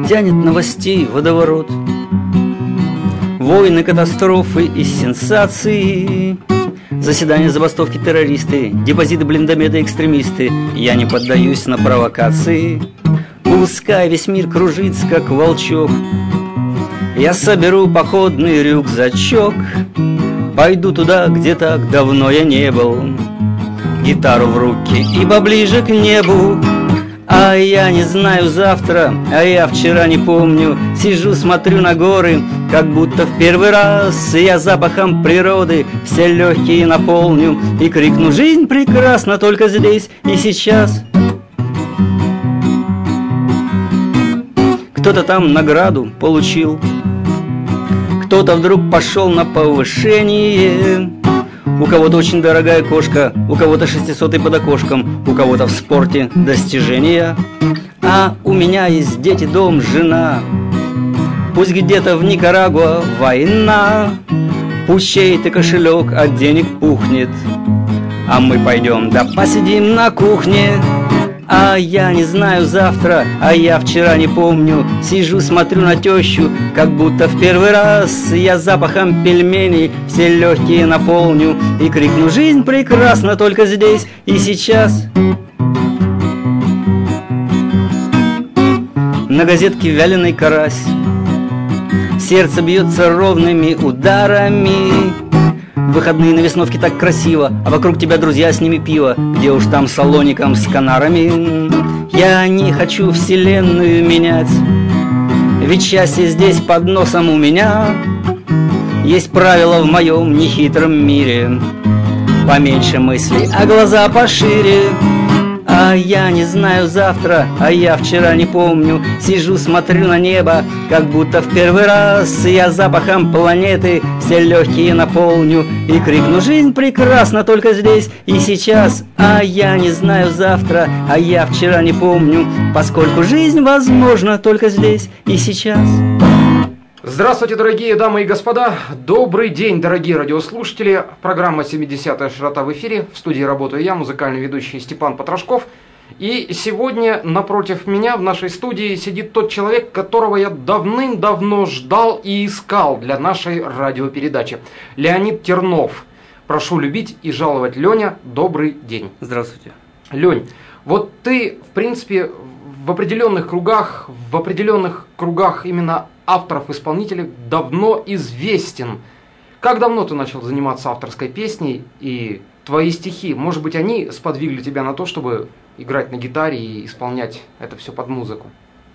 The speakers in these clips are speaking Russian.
тянет новостей водоворот. Войны, катастрофы и сенсации, заседания, забастовки, террористы, депозиты, блиндометы, экстремисты. Я не поддаюсь на провокации, пускай весь мир кружится, как волчок. Я соберу походный рюкзачок, пойду туда, где так давно я не был. Гитару в руки и поближе к небу. А я не знаю завтра, а я вчера не помню. Сижу, смотрю на горы, как будто в первый раз. И я запахом природы все легкие наполню и крикну: жизнь прекрасна только здесь и сейчас. Кто-то там награду получил, кто-то вдруг пошел на повышение. У кого-то очень дорогая кошка, у кого-то 600-й под окошком, у кого-то в спорте достижения. А у меня есть дети, дом, жена. Пусть где-то в Никарагуа война, пусть чей-то кошелек от денег пухнет, а мы пойдем да посидим на кухне. А я не знаю завтра, а я вчера не помню. Сижу, смотрю на тещу, как будто в первый раз. Я запахом пельменей все легкие наполню и крикну: жизнь прекрасна только здесь и сейчас. На газетке вяленый карась, сердце бьется ровными ударами. В выходные на Весновке так красиво, а вокруг тебя друзья, с ними пиво. Где уж там салоником с канарами. Я не хочу вселенную менять, ведь счастье здесь под носом у меня. Есть правила в моем нехитром мире: поменьше мыслей, а глаза пошире. А я не знаю завтра, а я вчера не помню. Сижу, смотрю на небо, как будто в первый раз. Я запахом планеты все легкие наполню и крикну: жизнь прекрасна только здесь и сейчас. А я не знаю завтра, а я вчера не помню, поскольку жизнь возможна только здесь и сейчас. Здравствуйте, дорогие дамы и господа! Добрый день, дорогие радиослушатели! Программа «70-я широта» в эфире. В студии работаю я, музыкальный ведущий Степан Потрошков. И сегодня напротив меня в нашей студии сидит тот человек, которого я давным-давно ждал и искал для нашей радиопередачи. Леонид Тернов. Прошу любить и жаловать. Леня, добрый день. Здравствуйте. Лень, вот ты, в принципе, в определенных кругах именно авторов-исполнителей давно известен. Как давно ты начал заниматься авторской песней, и твои стихи, может быть, они сподвигли тебя на то, чтобы играть на гитаре и исполнять это все под музыку?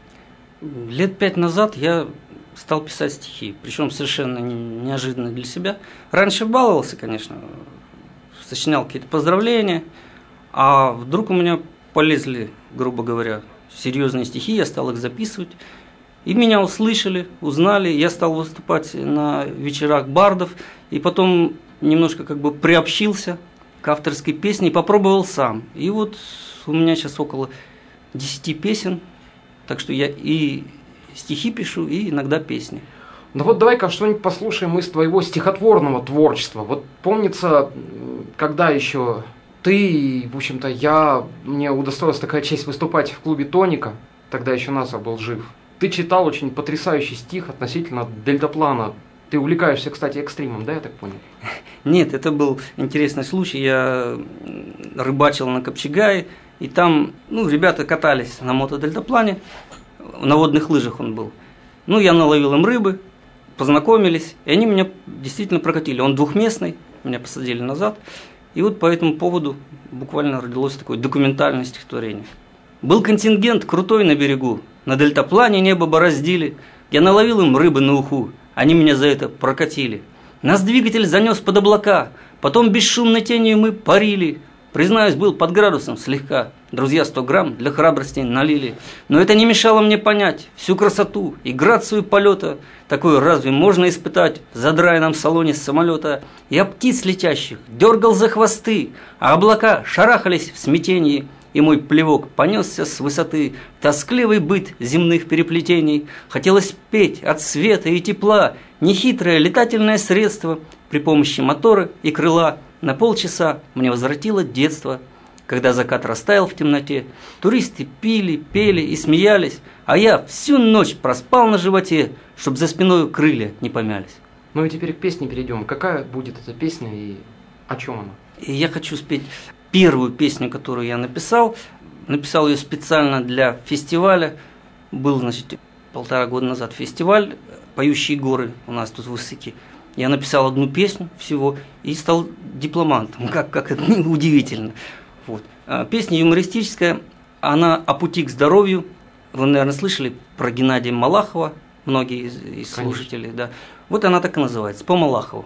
Лет 5 назад я стал писать стихи, причем совершенно неожиданно для себя. Раньше баловался, конечно, сочинял какие-то поздравления, а вдруг у меня полезли, грубо говоря, серьезные стихи, я стал их записывать. И меня услышали, узнали, я стал выступать на вечерах бардов, и потом немножко как бы приобщился к авторской песне и попробовал сам. И вот у меня сейчас около 10 песен, так что я и стихи пишу, и иногда песни. Ну вот давай-ка что-нибудь послушаем из твоего стихотворного творчества. Вот помнится, когда еще ты, в общем-то, мне удостоилась такая честь выступать в клубе «Тоника», тогда еще Назар был жив. Ты читал очень потрясающий стих относительно дельтаплана. Ты увлекаешься, кстати, экстримом, да, я так понял? Нет, это был интересный случай. Я рыбачил на Копчегае, и там, ребята катались на мотодельтаплане, на водных лыжах он был. Я наловил им рыбы, познакомились, и они меня действительно прокатили. Он двухместный, меня посадили назад, и вот по этому поводу буквально родилось такое документальное стихотворение. Был контингент крутой на берегу, на дельтаплане небо бороздили, я наловил им рыбы на уху, они меня за это прокатили. Нас двигатель занес под облака, потом бесшумной тенью мы парили. Признаюсь, был под градусом слегка, друзья 100 грамм для храбрости налили. Но это не мешало мне понять всю красоту и грацию полета. Такое разве можно испытать в задраенном салоне самолета? Я птиц летящих дергал за хвосты, а облака шарахались в смятении. И мой плевок понесся с высоты, тоскливый быт земных переплетений. Хотелось петь от света и тепла, нехитрое летательное средство при помощи мотора и крыла на полчаса мне возвратило детство. когда закат растаял в темноте, туристы пили, пели и смеялись, а я всю ночь проспал на животе, чтобы за спиной крылья не помялись. Ну и теперь к песне перейдем. Какая будет эта песня и о чем она? И я хочу спеть первую песню, которую я написал. Написал ее специально для фестиваля. Был, значит, 1,5 года назад фестиваль «Поющие горы» у нас тут в Исыке. Я написал одну песню всего и стал дипломантом. Как это удивительно. Вот. Песня юмористическая, она о пути к здоровью. Вы, наверное, слышали про Геннадия Малахова, многие из слушателей. Да. Вот она так и называется, по Малахову.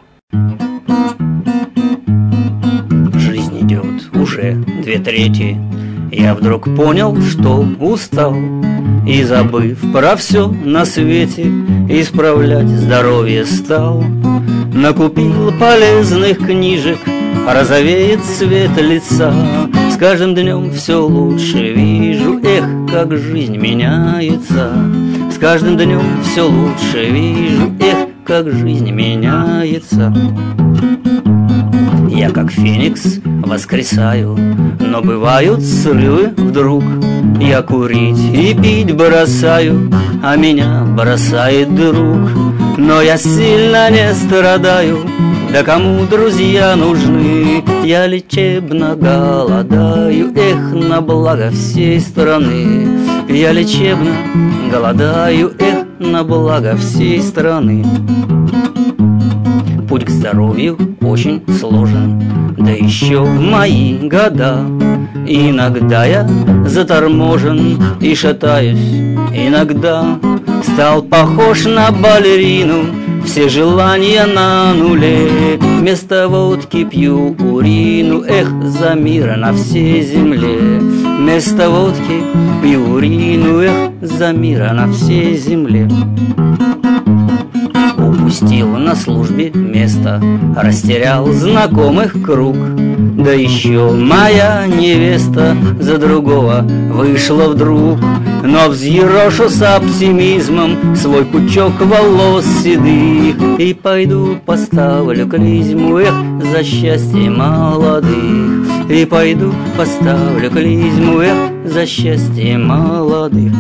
Жизнь идет уже 2/3. Я вдруг понял, что устал, и, забыв про все на свете, исправлять здоровье стал. Накупил полезных книжек, розовеет цвет лица. С каждым днем все лучше вижу, эх, как жизнь меняется. С каждым днем все лучше вижу, эх, как жизнь меняется. Я как феникс воскресаю, но бывают срывы вдруг. Я курить и пить бросаю, а меня бросает друг. Но я сильно не страдаю, да кому друзья нужны? Я лечебно голодаю, эх, на благо всей страны. Я лечебно голодаю, эх, на благо всей страны. Путь к здоровью очень сложен, да еще в мои года. Иногда я заторможен и шатаюсь, иногда стал похож на балерину, все желания на нуле. Вместо водки пью урину, эх, за мир на всей земле. Вместо водки пью урину, эх, за мир на всей земле. Упустил на службе место, растерял знакомых круг. Да еще моя невеста за другого вышла вдруг. Но взъерошу с оптимизмом свой пучок волос седых и пойду поставлю клизму, эх, за счастье молодых. И пойду поставлю клизму, эх, за счастье молодых.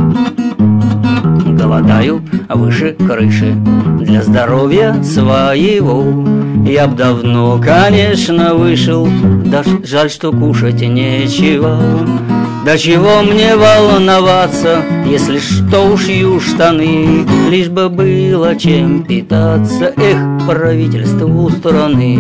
Голодаю выше крыши для здоровья своего. Я б давно, конечно, вышел, да жаль, что кушать нечего. Да чего мне волноваться, если что ушью штаны, лишь бы было чем питаться, эх, правительству страны.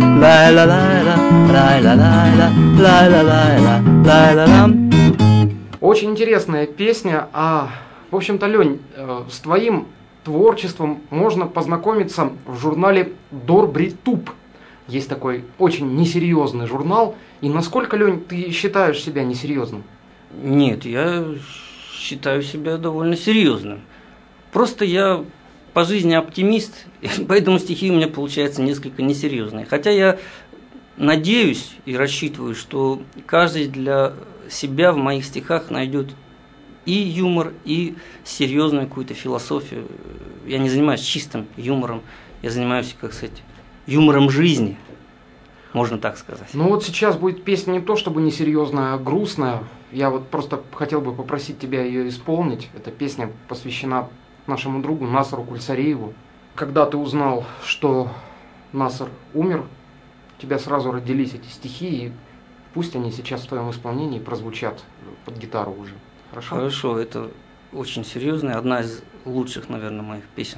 Очень интересная песня. В общем-то, Лень, с твоим творчеством можно познакомиться в журнале «Добритуп». Есть такой очень несерьезный журнал. И насколько, Лень, ты считаешь себя несерьезным? Нет, я считаю себя довольно серьезным. Просто я по жизни оптимист, поэтому стихи у меня получаются несколько несерьезные. Хотя я надеюсь и рассчитываю, что каждый для себя в моих стихах найдет и юмор, и серьезную какую-то философию. Я не занимаюсь чистым юмором, я занимаюсь, как сказать, юмором жизни, можно так сказать. Ну вот сейчас будет песня не то чтобы несерьезная, а грустная. Я вот просто хотел бы попросить тебя ее исполнить. Эта песня посвящена нашему другу Насару Кульсарееву. Когда ты узнал, что Насар умер, у тебя сразу родились эти стихи, и пусть они сейчас в твоем исполнении прозвучат под гитару уже. Хорошо? Хорошо, это очень серьезная, одна из лучших, наверное, моих песен.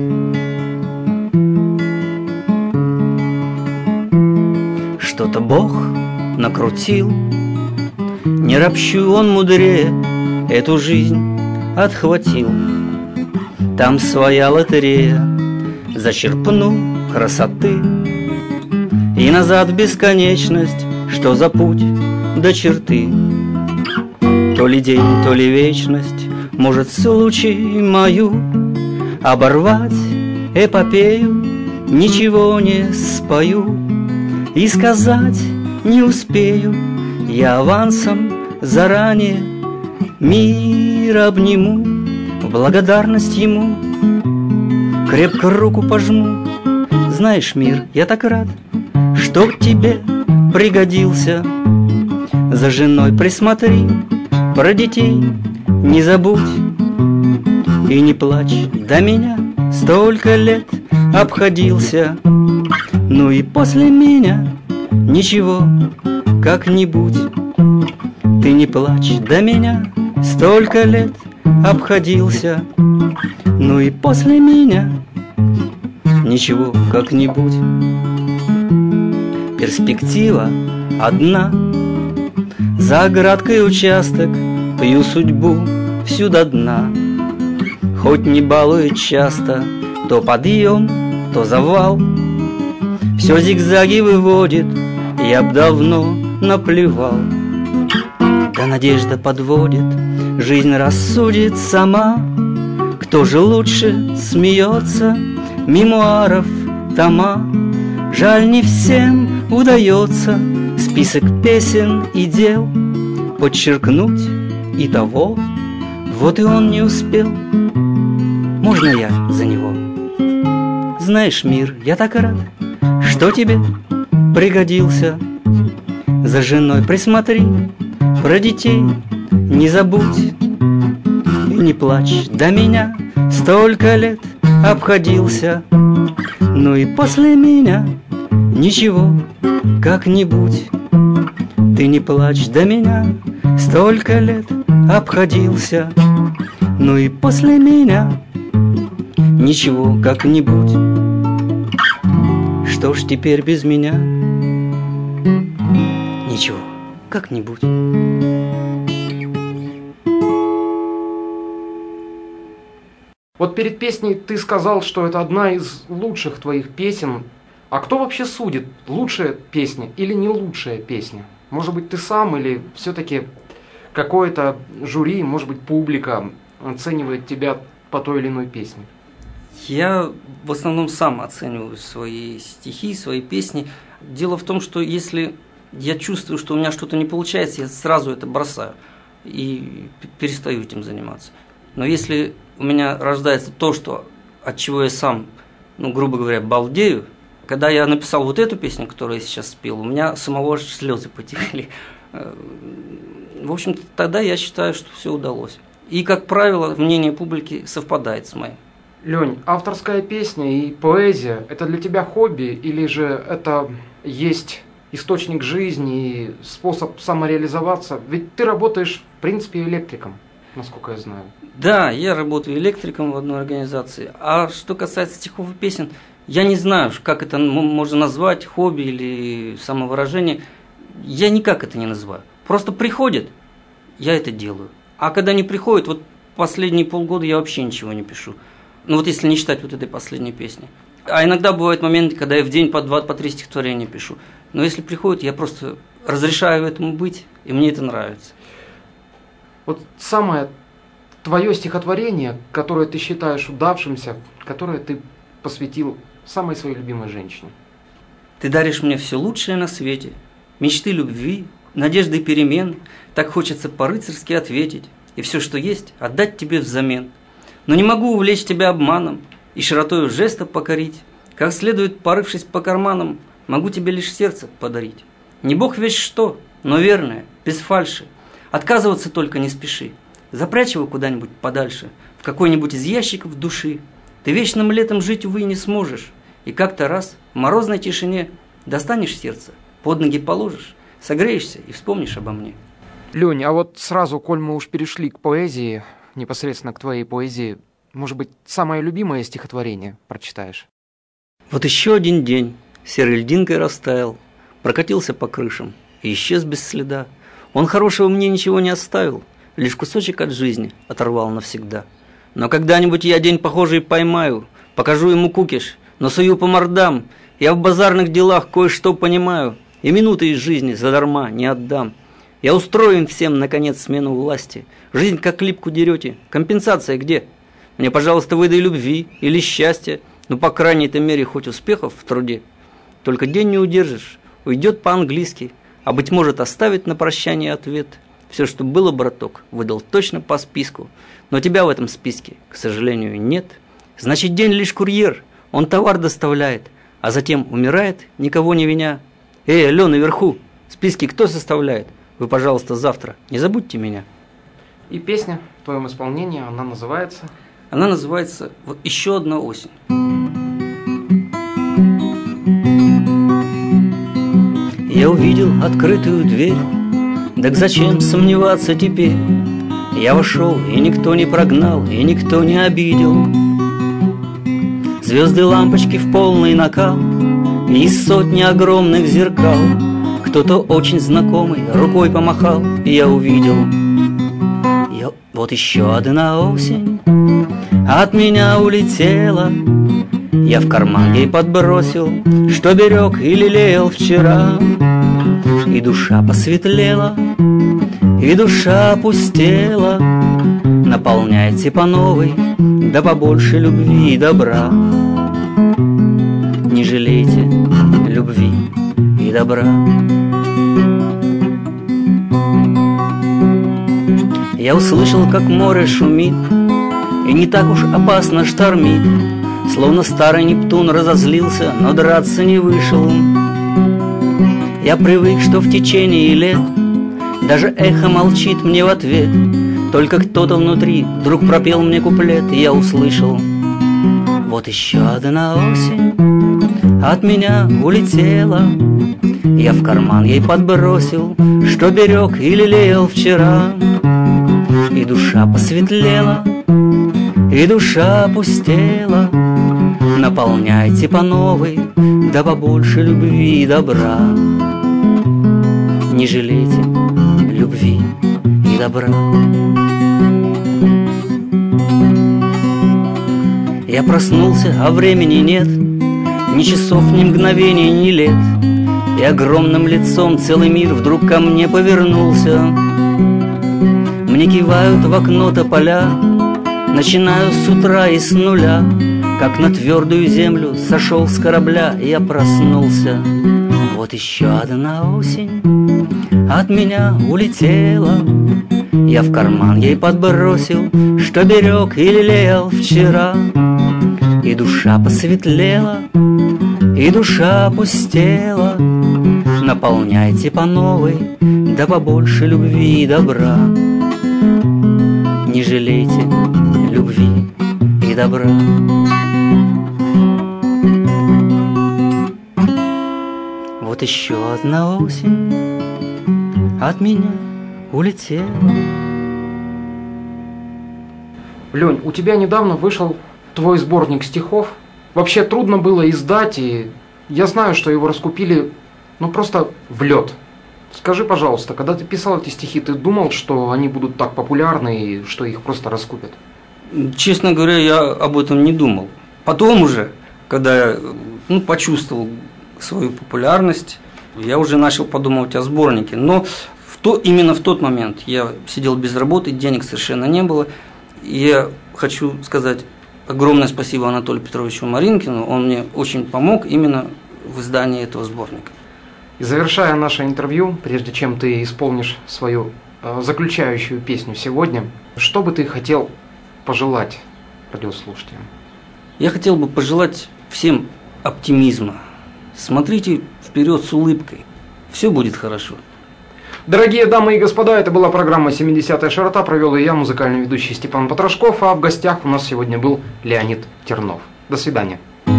Что-то Бог накрутил, не ропщу, он мудрее, эту жизнь отхватил. Там своя лотерея, зачерпну красоты, и назад в бесконечность, что за путь до черты. То ли день, то ли вечность, может случай мою оборвать эпопею, ничего не спою и сказать не успею. Я авансом заранее мир обниму, в благодарность ему крепко руку пожму. Знаешь, мир, я так рад, что тебе пригодился За женой присмотри, про детей не забудь. И не плачь, до меня столько лет обходился. Ну и после меня ничего, как-нибудь. Ты не плачь, до меня столько лет обходился. Ну и после меня ничего, как-нибудь. Перспектива одна, за оградкой участок, пью судьбу всю до дна. Хоть не балует часто, то подъем, то завал, все зигзаги выводит, я б давно наплевал. Да надежда подводит, жизнь рассудит сама. Кто же лучше смеется, мемуаров тома. Жаль, не всем удается список песен и дел подчеркнуть и того. Вот и он не успел. Можно я за него? Знаешь, мир, я так рад, что тебе пригодился. За женой присмотри, про детей не забудь. И не плачь, до меня столько лет обходился. Ну и после меня ничего, как-нибудь. Ты не плачь, до меня столько лет обходился. Ну и после меня ничего, как-нибудь. Что ж теперь без меня? Ничего, как-нибудь. Вот перед песней ты сказал, что это одна из лучших твоих песен. А кто вообще судит, лучшая песня или не лучшая песня? Может быть, ты сам или все-таки какое-то жюри, может быть, публика оценивает тебя по той или иной песне? Я в основном сам оцениваю свои стихи, свои песни. Дело в том, что если я чувствую, что у меня что-то не получается, я сразу это бросаю и перестаю этим заниматься. Но если у меня рождается то, от чего я сам, грубо говоря, балдею, когда я написал вот эту песню, которую я сейчас спел, у меня самого слезы потекли. В общем-то, тогда я считаю, что все удалось. И, как правило, мнение публики совпадает с моим. Лень, авторская песня и поэзия – это для тебя хобби или же это есть источник жизни и способ самореализоваться? Ведь ты работаешь, в принципе, электриком, насколько я знаю. Да, я работаю электриком в одной организации. А что касается стихов и песен, я не знаю, как это можно назвать, хобби или самовыражение. Я никак это не называю. Просто приходит, я это делаю. А когда не приходит, вот последние полгода я вообще ничего не пишу. Вот если не считать вот этой последней песни. А иногда бывают моменты, когда я в день по 2, по 3 стихотворения пишу. Но если приходит, я просто разрешаю этому быть, и мне это нравится. Вот самое твое стихотворение, которое ты считаешь удавшимся, которое ты посвятил самой своей любимой женщине. Ты даришь мне все лучшее на свете, мечты любви, надежды перемен. Так хочется по-рыцарски ответить, и все, что есть, отдать тебе взамен. Но не могу увлечь тебя обманом и широтою жеста покорить. Как следует, порывшись по карманам, могу тебе лишь сердце подарить. Не бог весть что, но верное, без фальши. Отказываться только не спеши. Запрячь его куда-нибудь подальше, в какой-нибудь из ящиков души. Ты вечным летом жить, увы, не сможешь. И как-то раз в морозной тишине достанешь сердце, под ноги положишь, согреешься и вспомнишь обо мне. Лёнь, а вот сразу, коль мы уж перешли к поэзии, непосредственно к твоей поэзии, может быть, самое любимое стихотворение прочитаешь? Вот еще один день серой льдинкой растаял, прокатился по крышам и исчез без следа. Он хорошего мне ничего не оставил, лишь кусочек от жизни оторвал навсегда. Но когда-нибудь я день похожий поймаю, покажу ему кукиш, насую по мордам. Я в базарных делах кое-что понимаю, и минуты из жизни задарма не отдам. Я устрою им всем, наконец, смену власти. Жизнь как липку дерете, компенсация где? Мне, пожалуйста, выдай любви или счастья, по крайней-то мере, хоть успехов в труде. Только день не удержишь, уйдет по-английски, а, быть может, оставит на прощание ответ. Все, что было, браток, выдал точно по списку, но тебя в этом списке, к сожалению, нет. Значит, день лишь курьер, он товар доставляет, а затем умирает, никого не виня. Алло, наверху, списки кто составляет? Вы, пожалуйста, завтра не забудьте меня. И песня в твоем исполнении, она называется? Она называется «Вот еще одна осень». Я увидел открытую дверь, так зачем сомневаться теперь? Я вошел, и никто не прогнал, и никто не обидел. Звезды, лампочки в полный накал, и сотни огромных зеркал. Кто-то очень знакомый рукой помахал, и я увидел. Вот еще одна осень от меня улетела. Я в карман ей подбросил, что берег и лелеял вчера. И душа посветлела, и душа опустела. Наполняйте по новой, да побольше любви и добра. Не жалейте любви и добра. Я услышал, как море шумит, и не так уж опасно штормит. Словно старый Нептун разозлился, но драться не вышел. Я привык, что в течение лет даже эхо молчит мне в ответ. Только кто-то внутри вдруг пропел мне куплет, и я услышал. Вот еще одна осень от меня улетела. Я в карман ей подбросил, что берег и лелеял вчера. И душа посветлела, и душа опустела. Наполняйте по новой, да побольше любви и добра. Не жалейте любви и добра. Я проснулся, а времени нет, ни часов, ни мгновений, ни лет. И огромным лицом целый мир вдруг ко мне повернулся. Мне кивают в окно тополя, начинаю с утра и с нуля. Как на твердую землю сошел с корабля, и я проснулся. Вот еще одна осень от меня улетела. Я в карман ей подбросил, что берег и лелеял вчера. И душа посветлела, и душа опустела. Наполняйте по новой, да побольше любви и добра. Не жалейте любви и добра. Вот еще одна осень от меня улетела. Лёнь, у тебя недавно вышел твой сборник стихов. Вообще трудно было издать, и я знаю, что его раскупили, просто в лед. Скажи, пожалуйста, когда ты писал эти стихи, ты думал, что они будут так популярны и что их просто раскупят? Честно говоря, я об этом не думал. Потом уже, когда я почувствовал свою популярность, я уже начал подумывать о сборнике. Но именно в тот момент я сидел без работы, денег совершенно не было. И я хочу сказать огромное спасибо Анатолию Петровичу Маринкину. Он мне очень помог именно в издании этого сборника. И завершая наше интервью, прежде чем ты исполнишь свою заключающую песню сегодня, что бы ты хотел пожелать радиослушателям? Я хотел бы пожелать всем оптимизма. Смотрите вперед с улыбкой. Все будет хорошо. Дорогие дамы и господа, это была программа «70-я широта». Провел ее я, музыкальный ведущий Степан Потрошков, а в гостях у нас сегодня был Леонид Тернов. До свидания.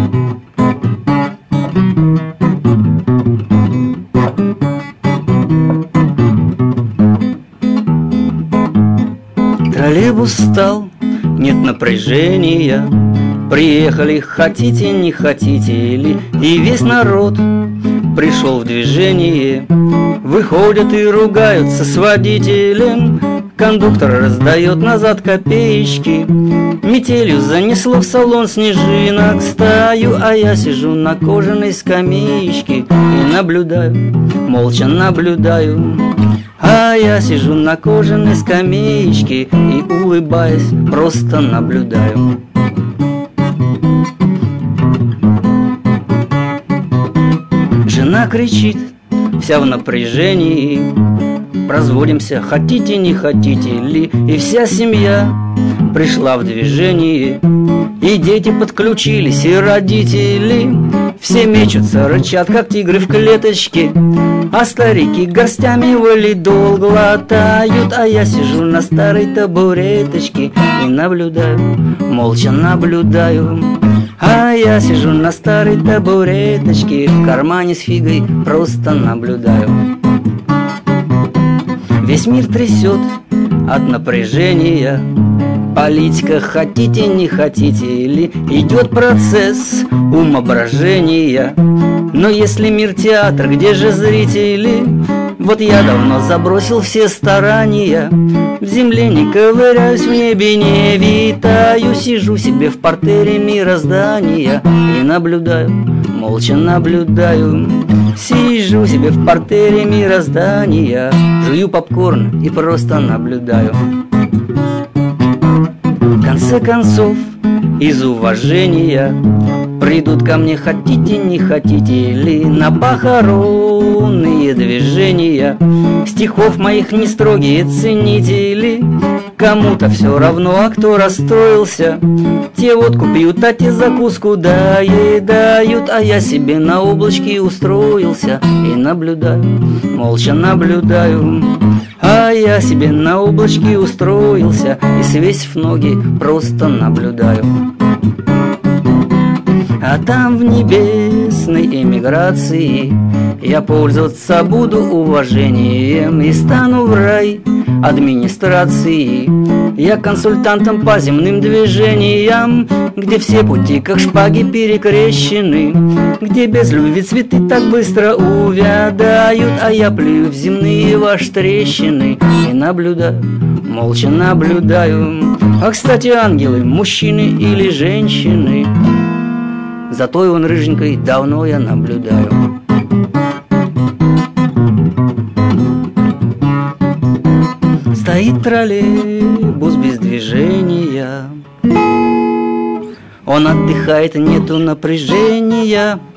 Троллейбус стал, нет напряжения. Приехали, хотите, не хотите ли, и весь народ пришел в движение. Выходят и ругаются с водителем. Кондуктор раздает назад копеечки. Метелью занесло в салон снежинок стаю, а я сижу на кожаной скамеечке и наблюдаю, молча наблюдаю. А я сижу на кожаной скамеечке и, улыбаясь, просто наблюдаю. Жена кричит, вся в напряжении. Разводимся, хотите, не хотите ли. И вся семья пришла в движение. И дети подключились, и родители. Все мечутся, рычат, как тигры в клеточке. А старики горстями валидол глотают. А я сижу на старой табуреточке и наблюдаю, молча наблюдаю. А я сижу на старой табуреточке, в кармане с фигой просто наблюдаю. Весь мир трясет от напряжения. Политика, хотите, не хотите, или идет процесс умображения. Но если мир театр, где же зрители? Вот я давно забросил все старания. В земле не ковыряюсь, в небе не витаю. Сижу себе в партере мироздания и наблюдаю, молча наблюдаю. Сижу себе в партере мироздания, жую попкорн и просто наблюдаю. В конце концов, из уважения придут ко мне, хотите, не хотите ли, на похоронные движения. Стихов моих не строгие ценители. Кому-то все равно, а кто расстроился, те водку пьют, а те закуску доедают. А я себе на облачке устроился и наблюдаю, молча наблюдаю. А я себе на облачке устроился и, свесив ноги, просто наблюдаю. А там в небесной эмиграции я пользоваться буду уважением и стану в рай администрации. Я консультантом по земным движениям, где все пути как шпаги перекрещены, где без любви цветы так быстро увядают. А я плюю в земные ваши трещины и наблюдаю, молча наблюдаю. А, кстати, ангелы, мужчины или женщины, за той он рыженькой давно я наблюдаю. Стоит троллейбус без движения, он отдыхает, нету напряжения.